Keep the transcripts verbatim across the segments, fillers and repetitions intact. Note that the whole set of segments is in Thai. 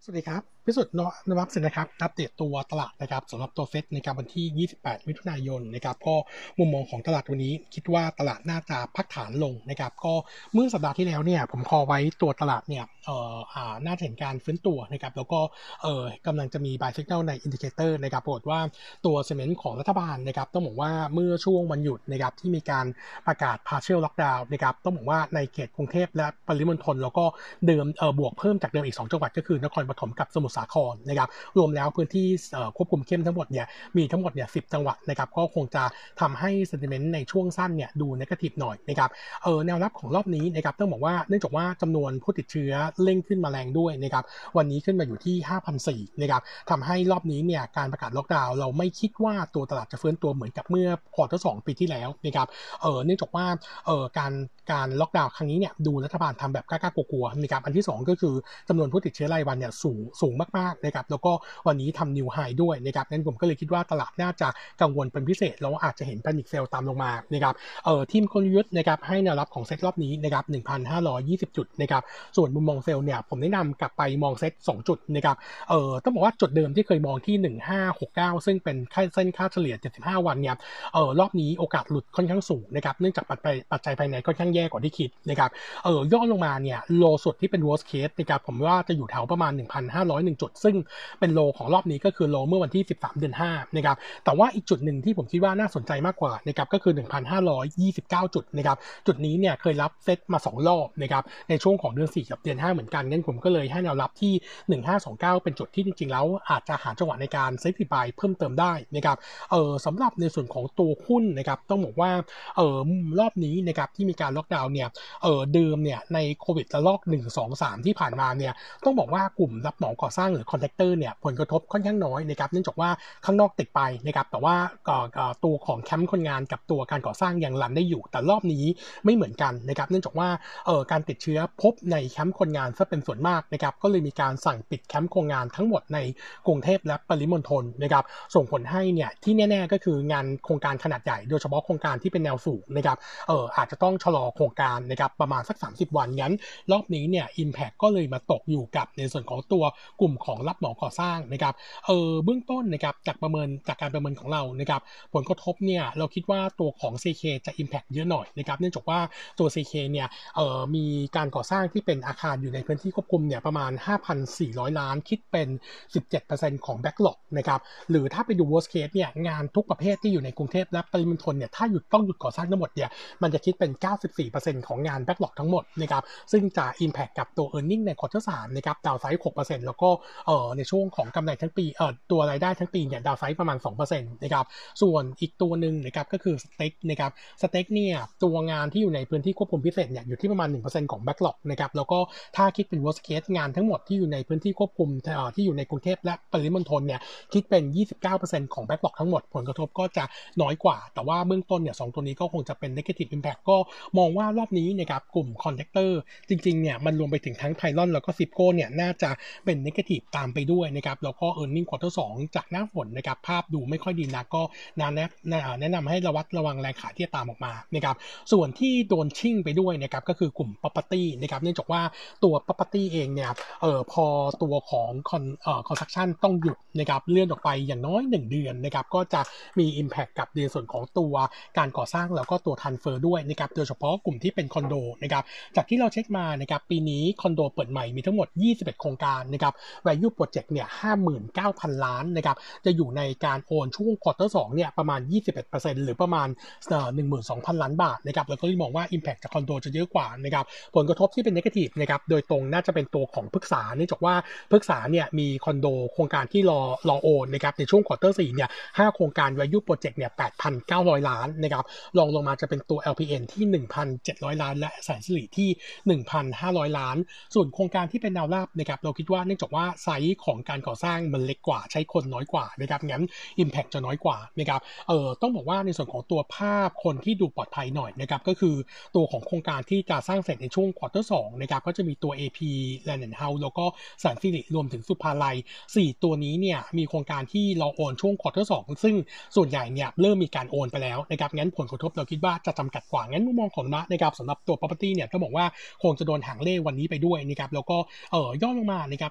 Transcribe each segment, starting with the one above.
สวัสดีครับพิสุทธิ์นนวัฒน์สินนะครับอัปเดตตัวตลาดนะครับสำหรับตัวเฟดในการวันที่ยี่สิบแปดมิถุนายนนะครับก็มุมมองของตลาดวันนี้คิดว่าตลาดน่าจะพักฐานลงนะครับก็เมื่อสัปดาห์ที่แล้วเนี่ยผมคอไว้ตัวตลาดเนี่ยเอ่ออ่าน่าจะเห็นการฟื้นตัวนะครับแล้วก็เอ่อกำลังจะมี buy signal ใน indicator นะครับปรากฏว่าตัว sentiment ของรัฐบาลนะครับต้องบอกว่าเมื่อช่วงวันหยุดนะครับที่มีการประกาศ partial lockdown นะครับต้องบอกว่าในเขตกรุงเทพและปริมณฑลแล้วก็เดิมเอ่อบวกเพิ่มจากเดิมอีกสองจังหวัดก็คือนครปฐมกับสมุทรสาครนะครับรวมแล้วพื้นที่ควบคุมเข้มทั้งหมดเนี่ยมีทั้งหมดเนี่ยสิบจังหวัดนะครับก็คงจะทำให้ sentiment ในช่วงสั้นเนี่ยดู negative หน่อยนะครับเออแนวรับของรอบนี้นะครับต้องบอกว่าเนื่องจากว่าจำนวนผู้ติดเชื้อเร่งขึ้นมาแรงด้วยนะครับวันนี้ขึ้นมาอยู่ที่ ห้าพันสี่ร้อย นะครับทำให้รอบนี้เนี่ยการประกาศล็อกดาวน์เราไม่คิดว่าตัวตลาดจะฟื้นตัวเหมือนกับเมื่อควอเตอร์สองปีที่แล้วนะครับเออเนื่องจากว่าเออการการล็อกดาวน์ครั้งนี้เนี่ยดูรัฐบาลทำแบบกล้าๆกลัวๆนะครับอันที่สองก็คือจำนวนผู้ติดเชื้อรายวันเนี่ยสูงสูงมากๆนะครับแล้วก็วันนี้ทำนิวไฮด้วยนะครับงั้นผมก็เลยคิดว่าตลาดน่าจะกังวลเป็นพิเศษแล้วอาจจะเห็นแพนิคเซลตามลงมานะครับเอ่อทีมกลยุทธ์นะครับให้แนวรับของเซตรอบนี้นะครับ หนึ่งพันห้าร้อยยี่สิบ จุดนะครับส่วนมุมมองเซลล์เนี่ยผมแนะนำกลับไปมองเซตสองจุดนะครับเอ่อต้องบอกว่าจุดเดิมที่เคยมองที่หนึ่งพันห้าร้อยหกสิบเก้าซึ่งเป็นค่าเส้นค่าเฉลี่ยเจ็ดสิบห้าวันเนี่ยเอ่อรอบนี้โอกาสหลุดค่อนข้างสูงนะครับเนื่องจากปัจจัยปัจจัยภายในค่อนข้างแย่กว่าที่คิดนะครับเอ่อย่อลงมาเนี่ยโลสุดที่เป็น worst case นะครับผมว่าจะอยู่แถวประมาณ หนึ่งพันห้าร้อยเอ็ด จุดซึ่งเป็นโลของรอบนี้ก็คือโลเมื่อวันที่สิบสามเดือนห้านะครับแต่ว่าอีกจุดหนึ่งที่ผมคิดว่าน่าสนใจมากกว่านะครับก็คือ หนึ่งพันห้าร้อยยี่สิบเก้า จุดนะครับจุดนี้เนี่ยเคยรับเซตมาสองรอบนะครับในช่วงของเดือนสี่กับเดือนห้าเหมือนกันงั้นผมก็เลยให้แนวรับที่หนึ่งพันห้าร้อยยี่สิบเก้าเป็นจุดที่จริงๆแล้วอาจจะหาจังหวะในการเซฟตี้บายเพิ่มเติมได้นะครับเอ่อสำหรับในส่วนของตัวหุ้นนะครับต้องบอกว่าเอ่อรอบนี้นะครับที่มีการล็อกดาวน์เนี่ยเอ่อเดิมเนี่ยในโควิดระลอกหนึ่ง สอง สามที่ผ่านมาเนี่ยต้องบอกว่ากลุ่มรับเหมาก่อสร้างหรือคอนแทคเตอร์เนี่ยผลกระทบค่อนข้างน้อยนะครับเนื่องจากว่าข้างนอกติดไปนะครับแต่ว่าตัวของแคมป์คนงานกับตัวการก่อสร้างยังรันได้อยู่แต่รอบนี้ไม่เหมือนกันนะครับเนื่องจากว่าเอ่อการติดเชื้อพบในแคมป์คนงานซะเป็นส่วนมากนะครับก็เลยมีการสั่งปิดแคมป์คนงานทั้งหมดในกรุงเทพและปริมณฑลนะครับส่งผลให้เนี่ยที่แน่ๆก็คืองานโครงการขนาดใหญ่โดยเฉพาะโครงการที่เป็นแนวสูงนะครับเอ่ออาจจะต้องชะลอโครงการนะครับประมาณสักสามสิบวันงั้นรอบนี้เนี่ย Impact ก็เลยมาตกอยู่กับในส่วนของตัวกลุ่มของรับเหมาก่อสร้างนะครับเออเบื้องต้นนะครับจากประเมินจากการประเมินของเรานะครับผลกระทบเนี่ยเราคิดว่าตัวของ ซี เค จะ impact เยอะหน่อยนะครับเนื่องจากว่าตัว ซี เค เนี่ยเอ่อมีการก่อสร้างที่เป็นอาคารอยู่ในพื้นที่ควบคุมเนี่ยประมาณ ห้าพันสี่ร้อย ล้านคิดเป็น สิบเจ็ดเปอร์เซ็นต์ ของ backlog นะครับหรือถ้าไปดู worst case เนี่ยงานทุกประเภทที่อยู่ในกรุงเทพและปริมณฑลเนี่ยถ้าหยุดต้องหยุดก่อสร้างทั้งหมดเนี่ยมันจะคิดเป็น เก้าสิบสี่เปอร์เซ็นต์ ของงาน backlog ทั้งหมดนะครับซึ่งจะ impact กับตัว earning ใน quarter สามนะครับดาวไซด์ หกเปอร์เซ็นต์ แล้วก็เอ่อในช่วงของกำไรทั้งปีเอ่อตัวรายได้ทั้งปีเนี่ยดาวไซด์ประมาณ สองเปอร์เซ็นต์ นะครับส่วนอีกตัวหนึ่งนะครับก็คือสเต็กนะครับสเต็กเนี่ยตัวงานที่อยู่ในพื้นที่ควบคุมพิเศษเนี่ยอยู่ที่ประมาณ หนึ่งเปอร์เซ็นต์ ของ backlog นะครับแล้วก็ถ้าคิดเป็น worst case งานทั้งหมดที่อยู่ในพื้นที่ควบคุมเอ่อที่อยู่ในกรุงเทพและปริมณฑลเนี่ยคิดเป็น ยี่สิบเก้าเปอร์เซ็นต์ ของ backlog ทั้งหมดผลกระทบก็จะน้อยกว่าแต่ว่าเบื้องต้นเนี่ยสองตัวนี้ก็คงจะเป็น negative impact ก็มองว่ารอบนี้นะครับกลุ่ม contractor จริงๆเนี่ยมันรวมไปถึงทั้ง Pylon แล้วก็ Sipco เนี่ยน่าจะเป็น negative ตามไปด้วยนะครับแล้วก็ earning quarter สองจากหน้าฝนนะครับภาพดูไม่ค่อยดีนักก็แนะแนะนำให้ระวัดระวังแรงขายที่จะตามออกมานะครับส่วนที่โดนชิ่งไปด้วยนะครับก็คือกลุ่ม property นะครับเนื่องจากว่าตัว property เองเนี่ยเอ่อพอตัวของคอนเอ่อ construction ต้องหยุดนะครับเลื่อนออกไปอย่างน้อยหนึ่งเดือนนะครับก็จะมี impact กับในส่วนของตัวการก่อสร้างแล้วก็ตัว transfer ด้วยนะครับโดยเฉพาะกลุ่มที่เป็นคอนโดนะครับจากที่เราเช็คมานะครับปีนี้คอนโดเปิดใหม่มีทั้งหมดยี่สิบเอ็ดโครงการนะครับ value project เนี่ย ห้าหมื่นเก้าพัน ล้านนะครับจะอยู่ในการโอนช่วงควอเตอร์สองเนี่ยประมาณ ยี่สิบเอ็ดเปอร์เซ็นต์ หรือประมาณเอ่อ หนึ่งหมื่นสองพัน ล้านบาทนะครับแล้วก็มองว่า impact จากคอนโดจะเยอะกว่านะครับผลกระทบที่เป็น negative นะครับโดยตรงน่าจะเป็นตัวของพฤกษาเนื่องจากว่าพฤกษาเนี่ยมีคอนโดโครงการที่รอรอโอนนะครับในช่วงควอเตอร์สี่เนี่ยห้าโครงการ value project เนี่ย แปดพันเก้าร้อย ล้านนะครับรองลงมาจะเป็นตัว แอล พี เอ็น ที่ หนึ่งพันเจ็ดร้อย ล้านและแสนสิริที่ หนึ่งพันห้าร้อย ล้านส่วนโครงการที่เป็นแนวราบนะครับเราคิดว่าเนื่องจากว่าไซส์ของการก่อสร้างมันเล็กกว่าใช้คนน้อยกว่านะครับงั้น impact จะน้อยกว่านะครับเอ่อต้องบอกว่าในส่วนของตัวภาพคนที่ดูปลอดภัยหน่อยนะครับก็คือตัวของโครงการที่จะสร้างเสร็จในช่วงควอเตอร์สองนะครับก็จะมีตัว เอ พี Land and House แล้วก็แสนสิริรวมถึงสุภาลัยสี่ตัวนี้เนี่ยมีโครงการที่เราโอนช่วงควอเตอร์สองซึ่งส่วนใหญ่เนี่ยเริ่มมีการโอนไปแล้วนะครับงั้นผลกระทบเราคิดว่าจะจำกัดกว่างั้นมุมมองของนะนะครับสำหรับตัว property เนี่ยก็บอกว่าคงจะโดนหางเล่วันนี้ไปด้วยนะครับแล้วก็เอ่อย่อลงมานะครับยังคงแนะน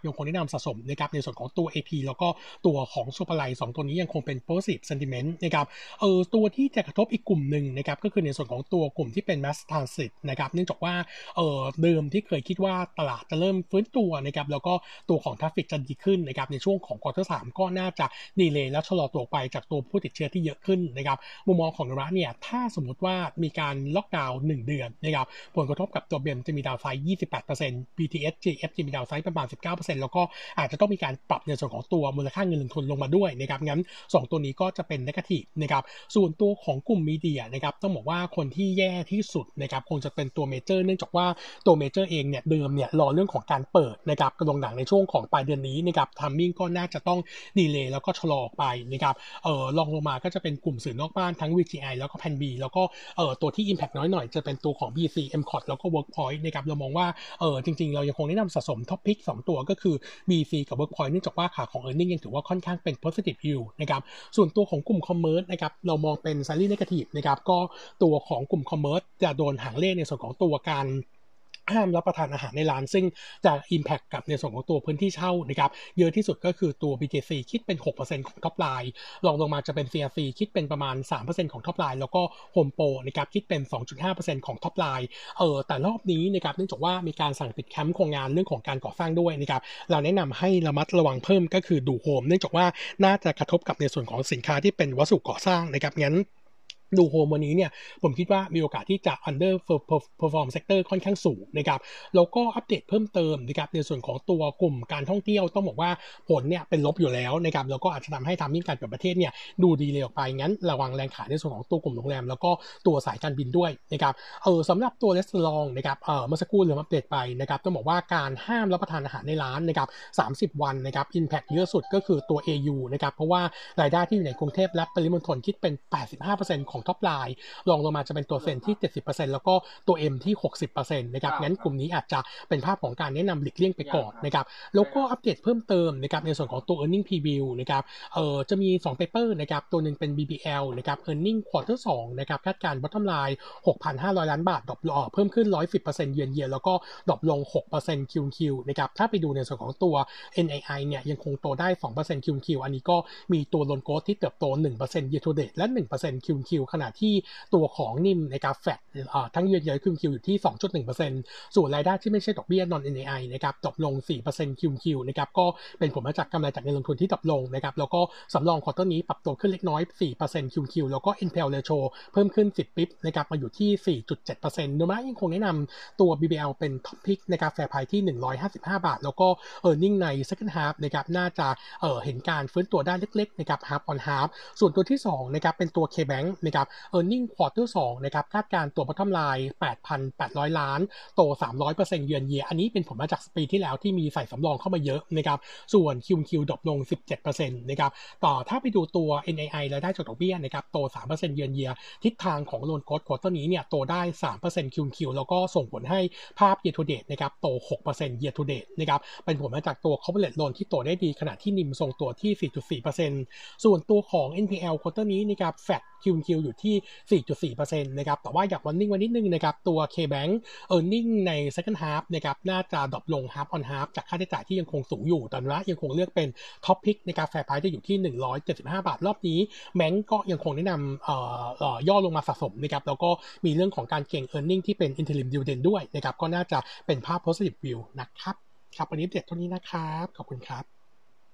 ำสะสมนะครับในส่วนของตัว เอ พี แล้วก็ตัวของซูเปอร์ไลท์สองตัวนี้ยังคงเป็น positive sentiment นะครับเอ่อตัวที่จะกระทบอีกกลุ่มหนึ่งนะครับก็คือในส่วนของตัวกลุ่มที่เป็น mass transit นะครับเนื่องจากว่าเอ่อเดิมที่เคยคิดว่าตลาดจะเริ่มฟื้นตัวนะครับแล้วก็ตัวของทราฟฟิกจะดีขึ้นนะครับในช่วงของควอเตอร์สามก็น่าจะดีเลย์และชะลอตัวไปจากตัวผู้ติดเชื้อที่เยอะขึ้นนะครับมุมมองของรัฐเนี่ยถ้าสมมุติว่ามีการล็อกดาวน์หนึ่งเดือนนะครับผลกระทบกับตัวเบมจะมีดาวไซด์ ยี่สิบแปดเปอร์เซ็นต์ บี ที เอส จี เอฟ จะมีดาวไซด์ประมาณ สิบเก้าเปอร์เซ็นต์ แล้วก็อาจจะต้องมีการปรับในส่วนของตัวมูลค่าเงินลงทุนลงมาด้วยนะครับงั้นสองตัวนี้ก็จะเป็นเนกาทีฟนะครับส่วนตัวของกลุ่มมีเดียนะครับต้องบอกว่าคนที่แย่ที่สุดนะครับคงจะเป็นตัวเมเจอร์เนื่องจากว่าตัวเมเจอร์เองเนี่ยเดิมเนี่ยรอเรื่องของการเปิดนะครับกระดงหนังในช่วงของปลายเดือนนี้นะครับทัมมิ่งก็น่าจะต้องดีเลย์แล้วก็ชะลอออกไปนะครับเอ่อรองลงมาก็จะเป็นกลุ่มสื่อนอกบ้านทั้ง วี จี ไอ แล้วก็ Plan B แล้วก็เอ่อตัวที่ Impact น้อยหน่อยจะเป็นตัวของ บี ซี เอ็ม ซี โอ ที แล้วก็ Workpoint นะครับเรามองว่าเอ่อจริงๆเรายังคงแนะนำสะสมท็อปพิกสองตัวก็คือ บี ซี กับ Workpoint เนื่องจากว่าขาของ Earning ยังถือว่าค่อนข้างเป็น positive view นะครับส่วนตัวของกลุ่ม Commerce นะครับเรามองเป็น slightly negative นะครับก็ตัวของกลุ่ม Commerce จะโดนหางเลขในส่วนของตัวการห้ามรับประทานอาหารในร้านซึ่งจะ impact กับในส่วนของตัวพื้นที่เช่านะครับเยอะที่สุดก็คือตัว บี เจ ซี คิดเป็น หกเปอร์เซ็นต์ ของท็อปไลน์รองลงมาจะเป็น ซี อาร์ ซี คิดเป็นประมาณ สามเปอร์เซ็นต์ ของท็อปไลน์แล้วก็ Home Pro นะครับคิดเป็น สองจุดห้าเปอร์เซ็นต์ ของท็อปไลน์เอ่อแต่รอบนี้นะครับเนื่องจากว่ามีการสั่งปิดแคมป์โครงงานเรื่องของการก่อสร้างด้วยนะครับเราแนะนำให้ระมัดระวังเพิ่มก็คือดูโฮมเนื่องจากว่าน่าจะกระทบกับในส่วนของสินค้าที่เป็นวัสดุก่อสร้างนะครับงั้นดูโฮมวันนี้เนี่ยผมคิดว่ามีโอกาสที่จะ under perform sector ค่อนข้างสูงนะครับแล้วก็อัปเดตเพิ่มเติมนะครับในส่วนของตัวกลุ่มการท่องเที่ยวต้องบอกว่าผลเนี่ยเป็นลบอยู่แล้วนะครับแล้วก็อาจจะทำให้ทำให้การเปิดประเทศเนี่ยดูดีเลยออกไปงั้นระวังแรงขายในส่วนของตัวกลุ่มโรงแรมแล้วก็ตัวสายการบินด้วยนะครับเออสำหรับตัวรีสอร์ทนะครับเออเมื่อสักครู่เราอัปเดตไปนะครับต้องบอกว่าการห้ามรับประทานอาหารในร้านนะครับสามสิบวันนะครับ impact เยอะสุดก็คือตัว เอ ยู นะครับเพราะว่ารายได้ที่อยู่ในกรุงเทพและปริมณฑลคิดเป็น แปดสิบห้าเปอร์เซ็นต์ ของท็อปไลน์รองลงมาจะเป็นตัวเซนที่ เจ็ดสิบเปอร์เซ็นต์ แล้วก็ตัว M ที่ หกสิบเปอร์เซ็นต์ นะครับงั้นกลุ่มนี้อาจจะเป็นภาพของการแนะนำหลีกเลี่ยงไปก่อนนะครับแล้วก็อัปเดตเพิ่มเติมนะครับในส่วนของตัว earning preview นะครับเอ่อจะมีสอง paper นะครับตัวหนึ่งเป็น บี บี แอล นะครับ earning quarter สองนะครับคาดการณ์ bottom line หกพันห้าร้อยล้านบาทดรอปเพิ่มขึ้น หนึ่งร้อยสิบเปอร์เซ็นต์ เยือนเยียแล้วก็ดรอปลง หกเปอร์เซ็นต์ Q on Q นะครับถ้าไปดูในส่วนของตัว เอ็น ไอ ไอ เนี่ยยังคงโตได้ สองเปอร์เซ็นต์ Q on Q อันนี้ก็มีตัว loan growth ที่เติบโต หนึ่งเปอร์เซ็นต์ year to date และ หนึ่งเปอร์เซ็นต์ Q on Q ขณะที่ตัวของนิมนะครับแฟดทั้งเยือนเยีย Q on Q อยู่ที่ สองจุดหนึ่งเปอร์เซ็นต์ ส่วนรายได้ที่ไม่ใช่ดอกเบี้ย non เอ็น ไอ ไอ นะครับดรอปลง สี่เปอร์เซ็นต์ Q on Q นะครับก็เป็นผลมาจากกำไรจากเงินลงทุนที่ดรอปลงนะครับแล้วก็สำรองควอเตอร์นี้ปรับตัวขึ้นเล็กน้อย สี่เปอร์เซ็นต์ Q on Q แล้วก็ เอ็น พี แอล ratio เพิ่มขึ้นสิบปิ๊บนะครับมาอยู่ที่ สี่จุดเจ็ดเปอร์เซ็นต์ โดยมากยังคงแนะนำตัว บี บี แอล เป็น top pick นะครับแฟร์ไพรซ์ที่หนึ่งร้อยห้าสิบห้าบาทแล้วก็ earning ใน second half นะครับน่าจะเอ่อเห็นการฟื้นตัวได้เล็กๆนะครับ half on half ส่วนตัวที่สองนะครับเป็นตัว K-Bank นะครับ earning quarter สองนะครับคาดการณ์ตัว bottom line แปดพันแปดร้อยล้านโต สามร้อยเปอร์เซ็นต์ เยือนเยียอันนี้เป็นผลมาจากปีที่แล้วที่มีใส่สำรองเข้ามาเยอะนะครับส่วน Q on Q ดรอปลง สิบเจ็ดเปอร์เซ็นต์ นะครับต่อถ้าไปดูตัว เอ็น ไอ ไอ รายได้จากดอกเบี้ยนะครับโต สามเปอร์เซ็นต์ เยือนเยียทิศทางของ loan growth quarter นี้เนี่ยโตได้ สามเปอร์เซ็นต์ Q on Q แล้วก็ส่งผลให้ภาพ year to date นะครับโต หกเปอร์เซ็นต์ year to date นะครับเป็นผลมาจากตัว corporate loan ที่โตได้ดีขณะที่นิมทรงตัวที่ สี่จุดสี่เปอร์เซ็นต์ ส่วนตัวของ เอ็น พี แอล quarter นี้นะครับ flat Q on Q อยู่ที่ สี่จุดสี่เปอร์เซ็นต์ นะครับแต่ว่าอยาก warning ไว้นิดนึงนะครับตัว K-Bank earning ใน second half นะครับน่าจะดรอปลง half on half จากค่าใช้จ่ายที่ยังคงสูงอยู่แต่ว่ายังคงเลือกเป็น top pick ในการ fair price จะอยู่ที่หนึ่งร้อยเจ็ดสิบห้าบาทรอบนี้แบงก์ก็ยังคงแนะนำเอ่อเอ่อย่อลงมาสะสมนะครับแล้วก็มีเรื่องของการเก็ง earning ที่เป็น interim dividend ด้วยนะครับก็น่าจะเป็นภาพ positive view นะครับครับวันนี้เด็ดเท่านี้นะครับขอบคุณครับ